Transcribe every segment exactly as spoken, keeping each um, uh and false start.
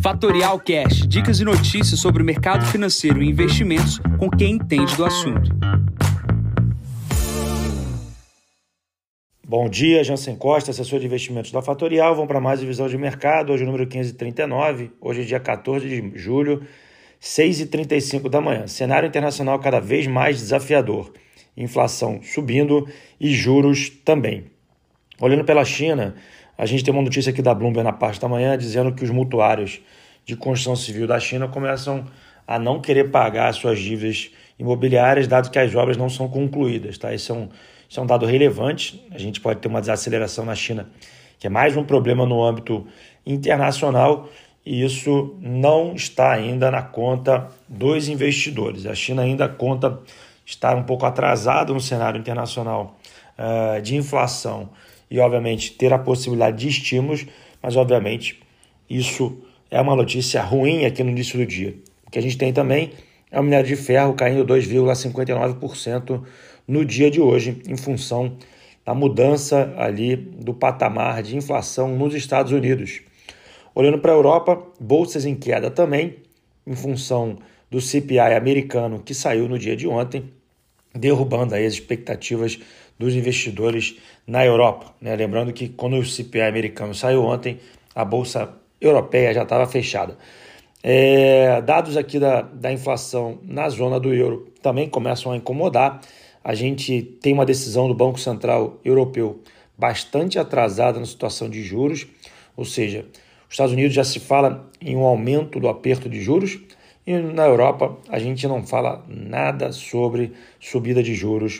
Fatorial Cash, dicas e notícias sobre o mercado financeiro e investimentos com quem entende do assunto. Bom dia, Jansen Costa, assessor de investimentos da Fatorial. Vamos para mais divisão de mercado, hoje o número quinhentos e trinta e nove, hoje é dia quatorze de julho, seis e trinta e cinco da manhã. Cenário internacional cada vez mais desafiador, inflação subindo e juros também. Olhando pela China, a gente tem uma notícia aqui da Bloomberg na parte da manhã dizendo que os mutuários de construção civil da China começam a não querer pagar suas dívidas imobiliárias, dado que as obras não são concluídas. Tá? Isso, é um, isso é um dado relevante. A gente pode ter uma desaceleração na China, que é mais um problema no âmbito internacional, e isso não está ainda na conta dos investidores. A China ainda conta estar um pouco atrasada no cenário internacional uh, de inflação e, obviamente, ter a possibilidade de estímulos, mas, obviamente, isso é uma notícia ruim aqui no início do dia. O que a gente tem também é o minério de ferro caindo dois vírgula cinquenta e nove por cento no dia de hoje, em função da mudança ali do patamar de inflação nos Estados Unidos. Olhando para a Europa, bolsas em queda também, em função do C P I americano que saiu no dia de ontem, derrubando aí as expectativas dos investidores na Europa. Né? Lembrando que quando o C P I americano saiu ontem, a bolsa europeia já estava fechada. É, dados aqui da, da inflação na zona do euro também começam a incomodar. A gente tem uma decisão do Banco Central Europeu bastante atrasada na situação de juros, ou seja, os Estados Unidos já se fala em um aumento do aperto de juros e na Europa a gente não fala nada sobre subida de juros.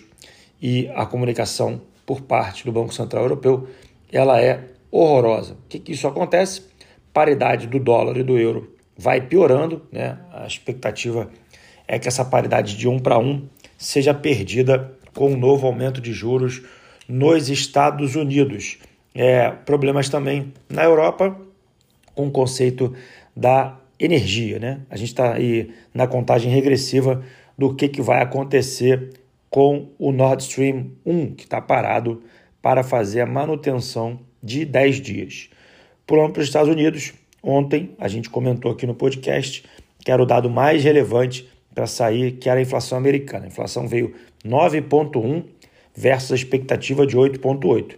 E a comunicação por parte do Banco Central Europeu, ela é horrorosa. O que, que isso acontece? Paridade do dólar e do euro vai piorando, né? A expectativa é que essa paridade de um para um seja perdida com o novo aumento de juros nos Estados Unidos. É, problemas também na Europa com o conceito da energia, né? A gente está aí na contagem regressiva do que, que vai acontecer com o Nord Stream um, que está parado para fazer a manutenção de dez dias. Pulando para os Estados Unidos, ontem a gente comentou aqui no podcast que era o dado mais relevante para sair, que era a inflação americana. A inflação veio nove vírgula um versus a expectativa de oito vírgula oito.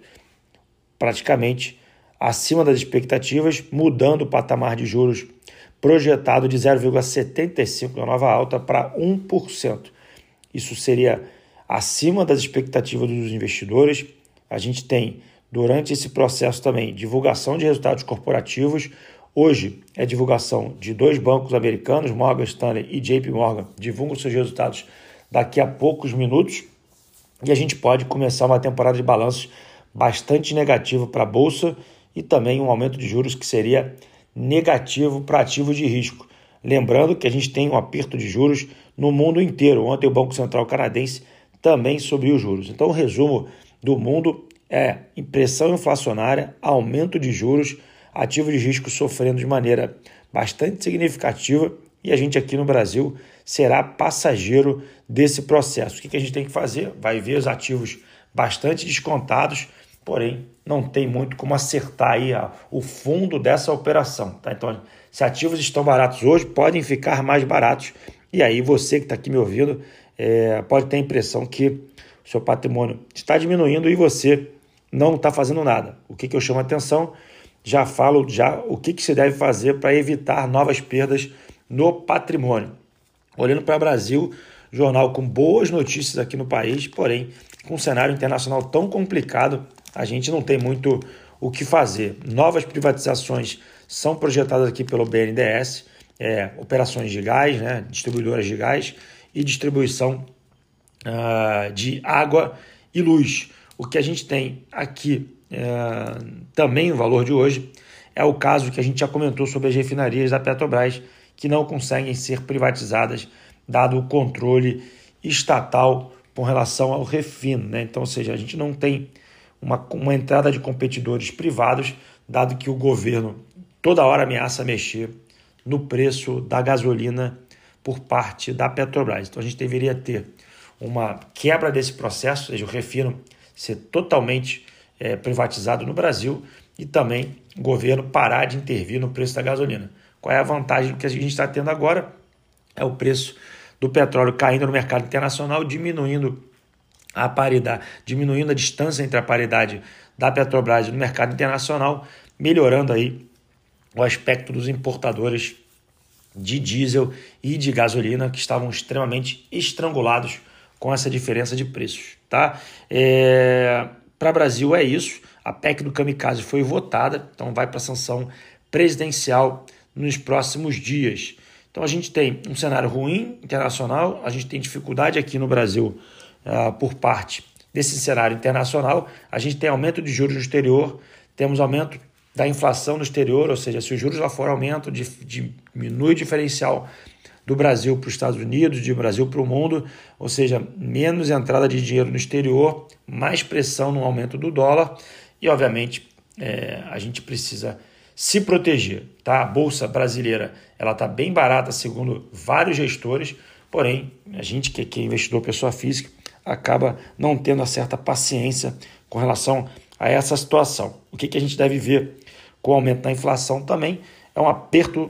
Praticamente acima das expectativas, mudando o patamar de juros projetado de zero vírgula setenta e cinco na nova alta para um por cento. Isso seria acima das expectativas dos investidores. A gente tem, durante esse processo também, divulgação de resultados corporativos. Hoje é divulgação de dois bancos americanos, Morgan Stanley e J P Morgan, divulgam seus resultados daqui a poucos minutos. E a gente pode começar uma temporada de balanços bastante negativa para a Bolsa e também um aumento de juros que seria negativo para ativos de risco. Lembrando que a gente tem um aperto de juros no mundo inteiro. Ontem o Banco Central canadense também subiu os juros. Então o resumo do mundo é pressão inflacionária, aumento de juros, ativos de risco sofrendo de maneira bastante significativa e a gente aqui no Brasil será passageiro desse processo. O que a gente tem que fazer? Vai ver os ativos bastante descontados, porém não tem muito como acertar aí a, o fundo dessa operação. Tá? Então, se ativos estão baratos hoje, podem ficar mais baratos e aí você que está aqui me ouvindo é, pode ter a impressão que o seu patrimônio está diminuindo e você não está fazendo nada. O que, que eu chamo a atenção? Já falo já o que, que se deve fazer para evitar novas perdas no patrimônio. Olhando para o Brasil, jornal com boas notícias aqui no país, porém, com um cenário internacional tão complicado, a gente não tem muito o que fazer. Novas privatizações são projetadas aqui pelo B N D E S, é, operações de gás, né, distribuidoras de gás e distribuição uh, de água e luz. O que a gente tem aqui é, também o valor de hoje é o caso que a gente já comentou sobre as refinarias da Petrobras que não conseguem ser privatizadas dado o controle estatal com relação ao refino, né? Então, ou seja, a gente não tem uma, uma entrada de competidores privados, dado que o governo toda hora ameaça mexer no preço da gasolina por parte da Petrobras. Então a gente deveria ter uma quebra desse processo, ou seja, o refino ser totalmente é, privatizado no Brasil e também o governo parar de intervir no preço da gasolina. Qual é a vantagem que a gente está tendo agora? É o preço do petróleo caindo no mercado internacional, diminuindo a paridade, diminuindo a distância entre a paridade da Petrobras e do mercado internacional, melhorando aí o aspecto dos importadores de diesel e de gasolina, que estavam extremamente estrangulados com essa diferença de preços. Tá? É... Para o Brasil é isso, a P E C do kamikaze foi votada, então vai para a sanção presidencial nos próximos dias. Então a gente tem um cenário ruim internacional, a gente tem dificuldade aqui no Brasil uh, por parte desse cenário internacional, a gente tem aumento de juros no exterior, temos aumento da inflação no exterior, ou seja, se os juros lá fora aumentam, diminui o diferencial do Brasil para os Estados Unidos, do Brasil para o mundo, ou seja, menos entrada de dinheiro no exterior, mais pressão no aumento do dólar e, obviamente, é, a gente precisa se proteger. Tá? A Bolsa brasileira ela está bem barata, segundo vários gestores, porém, a gente que é investidor, pessoa física, acaba não tendo uma certa paciência com relação a essa situação. O que, que a gente deve ver com o aumento da inflação também é um aperto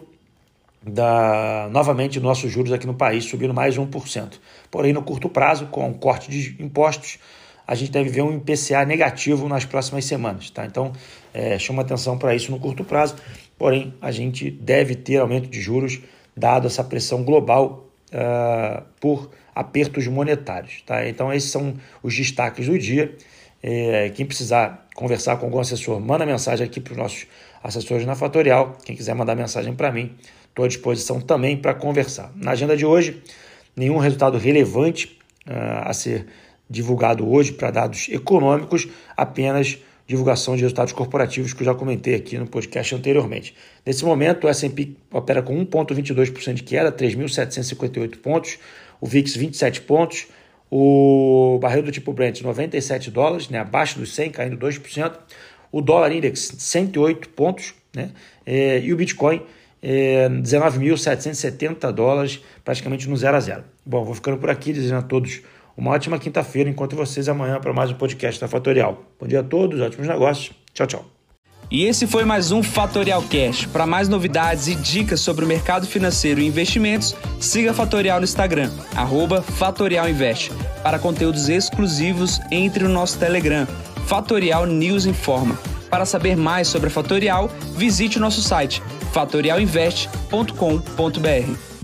da, novamente, nossos juros aqui no país, subindo mais um por cento. Porém, no curto prazo, com o corte de impostos, a gente deve ver um I P C A negativo nas próximas semanas. Tá? Então, é, chama atenção para isso no curto prazo. Porém, a gente deve ter aumento de juros, dado essa pressão global uh, por apertos monetários. Tá? Então, esses são os destaques do dia. É, quem precisar conversar com algum assessor, manda mensagem aqui para os nossos assessores na Fatorial. Quem quiser mandar mensagem para mim, estou à disposição também para conversar. Na agenda de hoje, nenhum resultado relevante uh, a ser divulgado hoje para dados econômicos, apenas divulgação de resultados corporativos que eu já comentei aqui no podcast anteriormente. Nesse momento, o S and P opera com um vírgula vinte e dois por cento de queda, três mil setecentos e cinquenta e oito pontos, o V I X vinte e sete pontos, o barril do tipo Brent noventa e sete dólares, né, abaixo dos cem, caindo dois por cento, o dólar index cento e oito pontos, né, é, e o Bitcoin é, dezenove mil setecentos e setenta dólares, praticamente no zero a zero. Bom, vou ficando por aqui, desejando a todos uma ótima quinta-feira, encontro vocês amanhã para mais um podcast da Fatorial. Bom dia a todos, ótimos negócios, tchau, tchau. E esse foi mais um Fatorial Cash. Para mais novidades e dicas sobre o mercado financeiro e investimentos, siga a Fatorial no Instagram, arroba Fatorial Invest. Para conteúdos exclusivos, entre no nosso Telegram, Fatorial News Informa. Para saber mais sobre a Fatorial, visite o nosso site fatorial invest ponto com ponto b r.